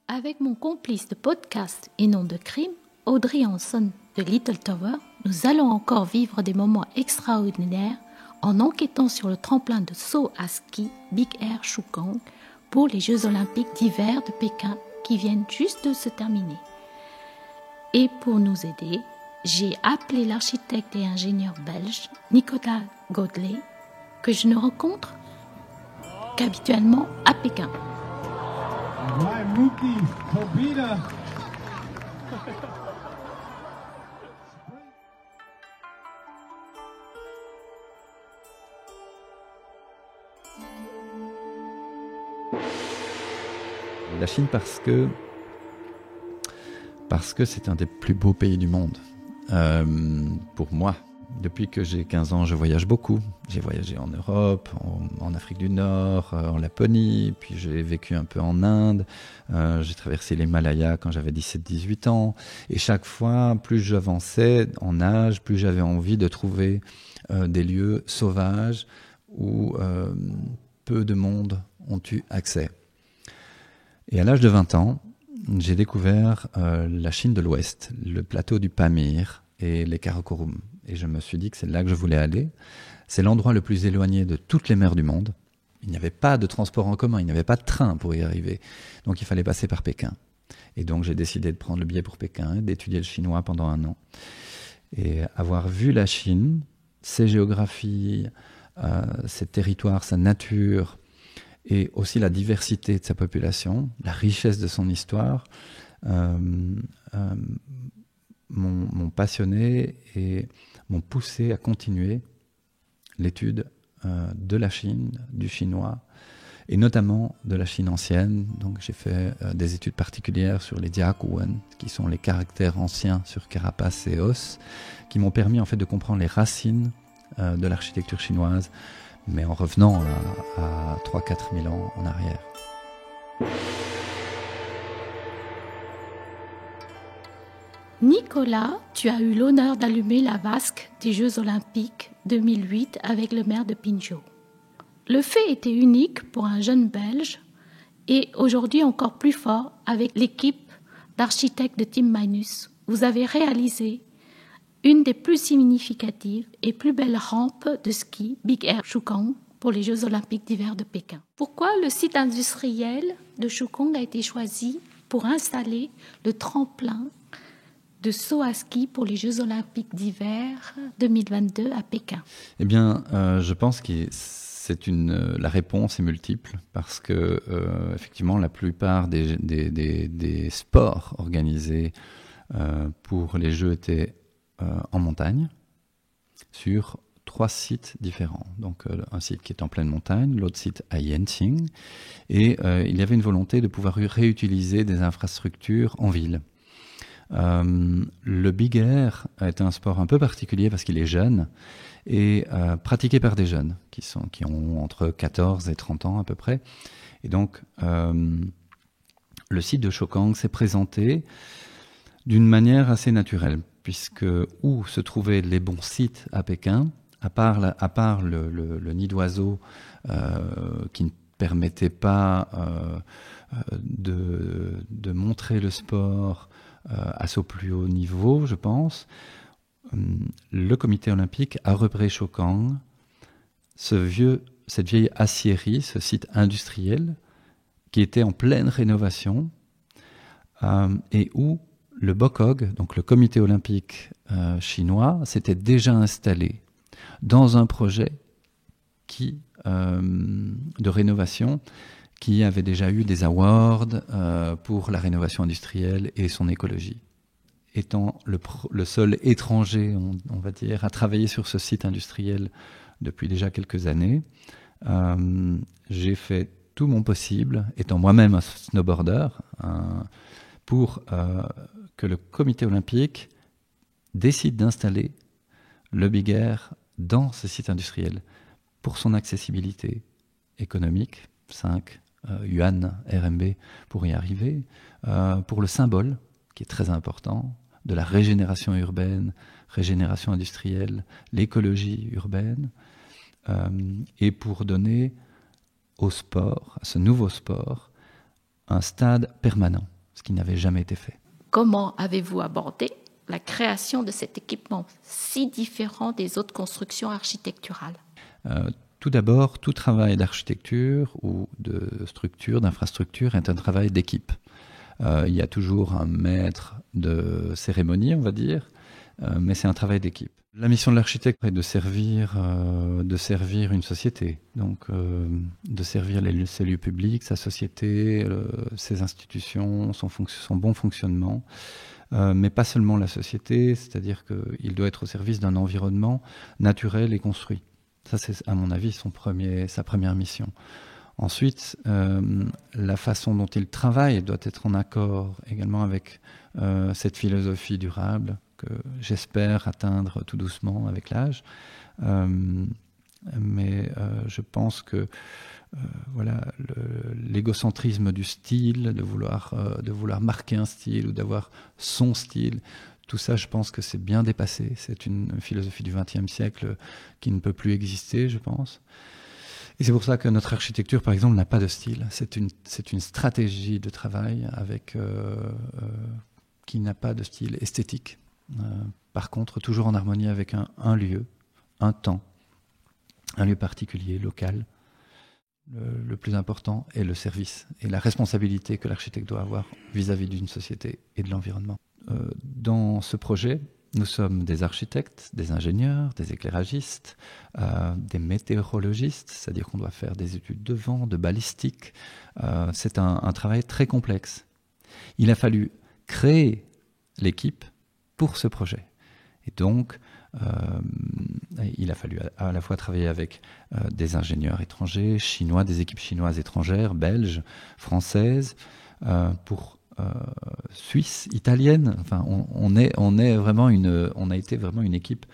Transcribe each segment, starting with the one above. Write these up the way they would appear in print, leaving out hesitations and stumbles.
Avec mon complice de podcast et non de crime, Audrey Hanson de Little Tower, nous allons encore vivre des moments extraordinaires en enquêtant sur le tremplin de saut à ski Big Air Shukong pour les Jeux Olympiques d'hiver de Pékin qui viennent juste de se terminer. Et pour nous aider, j'ai appelé l'architecte et ingénieur belge Nicolas Godlet, que je ne rencontre qu'habituellement à Pékin. La Chine parce que c'est un des plus beaux pays du monde. Pour moi, depuis que j'ai 15 ans, je voyage beaucoup. J'ai voyagé en Europe, en Afrique du Nord, en Laponie, puis j'ai vécu un peu en Inde. J'ai traversé l'Himalaya quand j'avais 17-18 ans. Et chaque fois, plus j'avançais en âge, plus j'avais envie de trouver des lieux sauvages où peu de monde ont eu accès. Et à l'âge de 20 ans, j'ai découvert la Chine de l'Ouest, le plateau du Pamir et les Karakorum. Et je me suis dit que c'est là que je voulais aller. C'est l'endroit le plus éloigné de toutes les mers du monde. Il n'y avait pas de transport en commun, il n'y avait pas de train pour y arriver. Donc il fallait passer par Pékin. Et donc j'ai décidé de prendre le billet pour Pékin, d'étudier le chinois pendant 1 an. Et avoir vu la Chine, ses géographies, ses territoires, sa nature, et aussi la diversité de sa population, la richesse de son histoire, m'ont passionné et m'ont poussé à continuer l'étude de la Chine, du chinois, et notamment de la Chine ancienne. Donc j'ai fait des études particulières sur les diakuan, qui sont les caractères anciens sur carapace et os, qui m'ont permis en fait de comprendre les racines de l'architecture chinoise, mais en revenant à 3-4 000 ans en arrière. Nicolas, tu as eu l'honneur d'allumer la vasque des Jeux Olympiques 2008 avec le maire de Pingzhou. Le fait était unique pour un jeune Belge et aujourd'hui encore plus fort avec l'équipe d'architectes de Team Minus. Vous avez réalisé une des plus significatives et plus belles rampes de ski Big Air Shukong pour les Jeux Olympiques d'hiver de Pékin. Pourquoi le site industriel de Shukong a été choisi pour installer le tremplin de saut à ski pour les Jeux Olympiques d'hiver 2022 à Pékin? Eh bien, je pense que la réponse est multiple parce que effectivement, la plupart des sports organisés pour les Jeux étaient en montagne, sur 3 sites différents. Donc un site qui est en pleine montagne, l'autre site à Yenqing, et il y avait une volonté de pouvoir réutiliser des infrastructures en ville. Le Big Air est un sport un peu particulier parce qu'il est jeune et pratiqué par des jeunes qui ont entre 14 et 30 ans à peu près. Et donc le site de Shukong s'est présenté d'une manière assez naturelle, puisque où se trouvaient les bons sites à Pékin, à part le nid d'oiseaux qui ne permettait pas de montrer le sport à son plus haut niveau, je pense, le comité olympique a repéré Shukong, cette vieille aciérie, ce site industriel qui était en pleine rénovation et où le BOCOG, donc le comité olympique chinois, s'était déjà installé dans un projet de rénovation qui avait déjà eu des awards pour la rénovation industrielle et son écologie. Étant le seul étranger, on va dire, à travailler sur ce site industriel depuis déjà quelques années, j'ai fait tout mon possible, étant moi-même un snowboarder, pour que le comité olympique décide d'installer le Big Air dans ce site industriel pour son accessibilité économique, 5 yuan RMB pour y arriver, pour le symbole qui est très important de la régénération urbaine, régénération industrielle, l'écologie urbaine, et pour donner au sport, à ce nouveau sport, un stade permanent. ce qui n'avait jamais été fait. Comment avez-vous abordé la création de cet équipement si différent des autres constructions architecturales ? Tout d'abord, tout travail d'architecture ou de structure, d'infrastructure est un travail d'équipe. Il y a toujours un maître de cérémonie, on va dire, mais c'est un travail d'équipe. La mission de l'architecte est de servir une société, donc de servir ses lieux publics, sa société, ses institutions, son bon fonctionnement, mais pas seulement la société, c'est-à-dire qu'il doit être au service d'un environnement naturel et construit. Ça, c'est à mon avis sa première mission. Ensuite, la façon dont il travaille doit être en accord également avec cette philosophie durable que j'espère atteindre tout doucement avec l'âge. Mais je pense que l'égocentrisme du style, de vouloir marquer un style ou d'avoir son style, tout ça, je pense que c'est bien dépassé. C'est une philosophie du XXe siècle qui ne peut plus exister, je pense. Et c'est pour ça que notre architecture, par exemple, n'a pas de style. C'est une stratégie de travail qui n'a pas de style esthétique. Par contre, toujours en harmonie avec un lieu, un temps, un lieu particulier, local. Le plus important est le service et la responsabilité que l'architecte doit avoir vis-à-vis d'une société et de l'environnement. Dans ce projet, nous sommes des architectes, des ingénieurs, des éclairagistes, des météorologistes, c'est-à-dire qu'on doit faire des études de vent, de balistique. C'est un travail très complexe. Il a fallu créer l'équipe pour ce projet. Et donc, il a fallu à la fois travailler avec des ingénieurs étrangers, chinois, des équipes chinoises étrangères, belges, françaises, suisses, italiennes. Enfin, on a été vraiment une équipe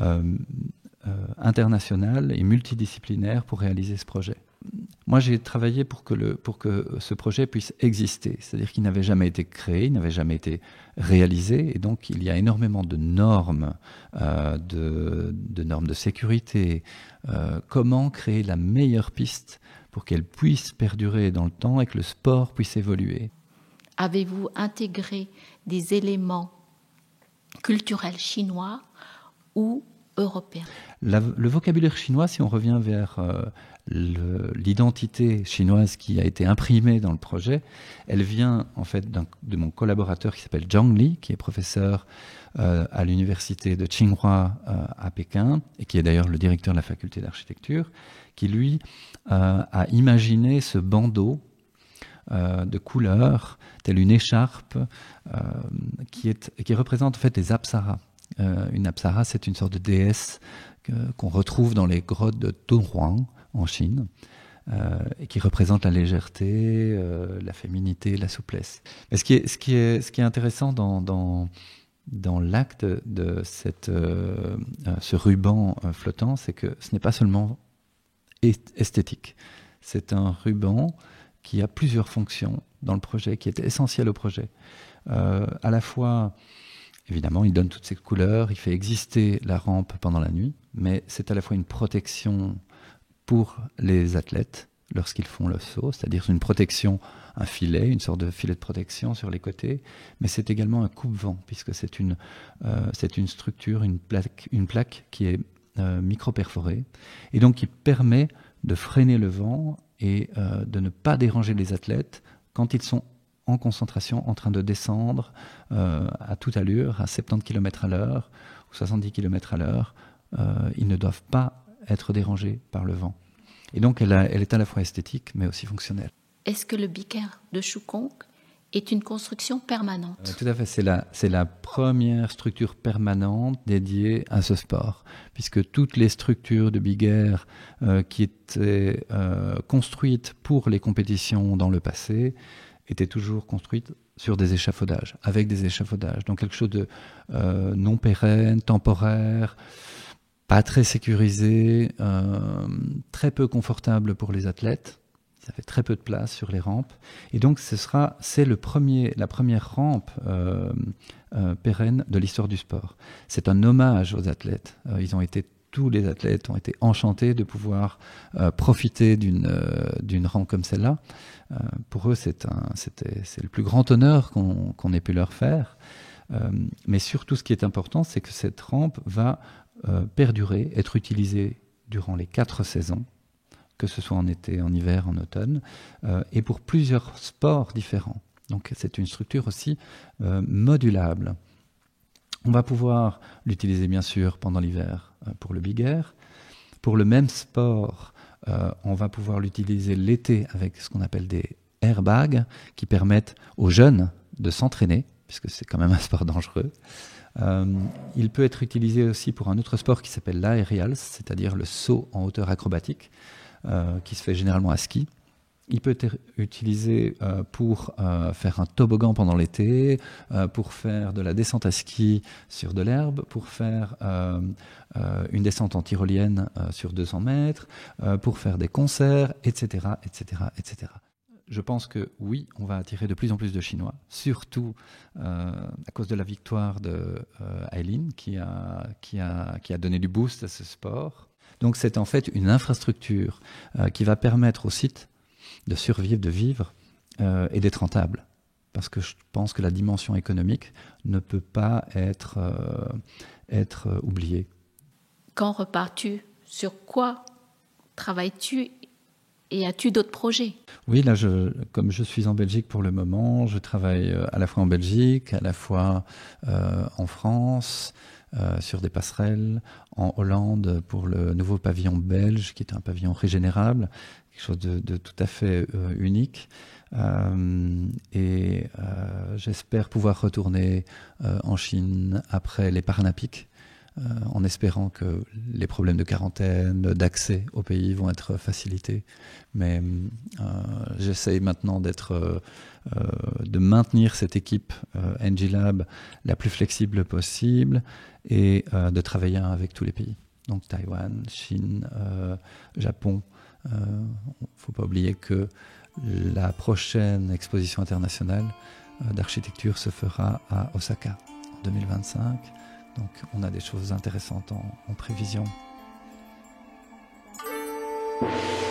internationale et multidisciplinaire pour réaliser ce projet. Moi, j'ai travaillé pour que ce projet puisse exister, c'est-à-dire qu'il n'avait jamais été créé, il n'avait jamais été réalisé, et donc il y a énormément de normes, de normes de sécurité. Comment créer la meilleure piste pour qu'elle puisse perdurer dans le temps et que le sport puisse évoluer. Avez-vous intégré des éléments culturels chinois ou européens ? Le vocabulaire chinois, si on revient vers l'identité chinoise qui a été imprimée dans le projet, elle vient en fait de mon collaborateur qui s'appelle Zhang Li, qui est professeur à l'université de Tsinghua à Pékin, et qui est d'ailleurs le directeur de la faculté d'architecture, qui lui a imaginé ce bandeau de couleurs, telle une écharpe, qui représente en fait les apsaras. Une apsara, c'est une sorte de déesse qu'on retrouve dans les grottes de Dunhuang en Chine, et qui représente la légèreté, la féminité, la souplesse. Mais ce qui est intéressant dans l'acte de ce ruban flottant, c'est que ce n'est pas seulement esthétique. C'est un ruban qui a plusieurs fonctions dans le projet, qui est essentiel au projet. À la fois, évidemment, il donne toutes ces couleurs, il fait exister la rampe pendant la nuit, mais c'est à la fois une protection pour les athlètes lorsqu'ils font le saut, c'est-à-dire une protection, un filet, une sorte de filet de protection sur les côtés, mais c'est également un coupe-vent, puisque c'est une structure, une plaque qui est micro-perforée, et donc qui permet de freiner le vent et de ne pas déranger les athlètes quand ils sont en concentration, en train de descendre à toute allure, à 70 km à l'heure ou 70 km à l'heure. Ils ne doivent pas être dérangés par le vent. Et donc, elle est à la fois esthétique, mais aussi fonctionnelle. Est-ce que le Big Air de Shukong est une construction permanente ? Tout à fait. C'est la première structure permanente dédiée à ce sport, puisque toutes les structures de Big Air qui étaient construites pour les compétitions dans le passé étaient toujours construites sur des échafaudages, avec des échafaudages. Donc quelque chose de non pérenne, temporaire, pas très sécurisé, très peu confortable pour les athlètes. Ça fait très peu de place sur les rampes. Et donc, c'est la première rampe pérenne de l'histoire du sport. C'est un hommage aux athlètes. Ils ont été tous les athlètes ont été enchantés de pouvoir profiter d'une rampe comme celle-là. Pour eux, c'est le plus grand honneur qu'on ait pu leur faire. Mais surtout, ce qui est important, c'est que cette rampe va perdurer, être utilisée durant les 4 saisons, que ce soit en été, en hiver, en automne, et pour plusieurs sports différents. Donc c'est une structure aussi modulable. On va pouvoir l'utiliser bien sûr pendant l'hiver pour le big air. Pour le même sport, on va pouvoir l'utiliser l'été avec ce qu'on appelle des airbags qui permettent aux jeunes de s'entraîner, puisque c'est quand même un sport dangereux. Il peut être utilisé aussi pour un autre sport qui s'appelle l'aerials, c'est-à-dire le saut en hauteur acrobatique, qui se fait généralement à ski. Il peut être utilisé pour faire un toboggan pendant l'été, pour faire de la descente à ski sur de l'herbe, pour faire une descente en tyrolienne sur 200 mètres, pour faire des concerts, etc., etc., etc. Je pense que oui, on va attirer de plus en plus de Chinois, surtout à cause de la victoire de Aileen qui a donné du boost à ce sport. Donc c'est en fait une infrastructure qui va permettre au site de survivre, de vivre et d'être rentable. Parce que je pense que la dimension économique ne peut pas être oubliée. Quand repars-tu? Sur quoi travailles-tu? Et as-tu d'autres projets? Oui, là, comme je suis en Belgique pour le moment, je travaille à la fois en Belgique, à la fois en France, sur des passerelles, en Hollande pour le nouveau pavillon belge, qui est un pavillon régénérable, quelque chose de tout à fait unique. J'espère pouvoir retourner en Chine après les Paralympiques, en espérant que les problèmes de quarantaine, d'accès au pays vont être facilités. Mais j'essaye maintenant de maintenir cette équipe NG Lab la plus flexible possible et de travailler avec tous les pays. Donc Taïwan, Chine, Japon. Il ne faut pas oublier que la prochaine exposition internationale d'architecture se fera à Osaka en 2025. Donc on a des choses intéressantes en prévision.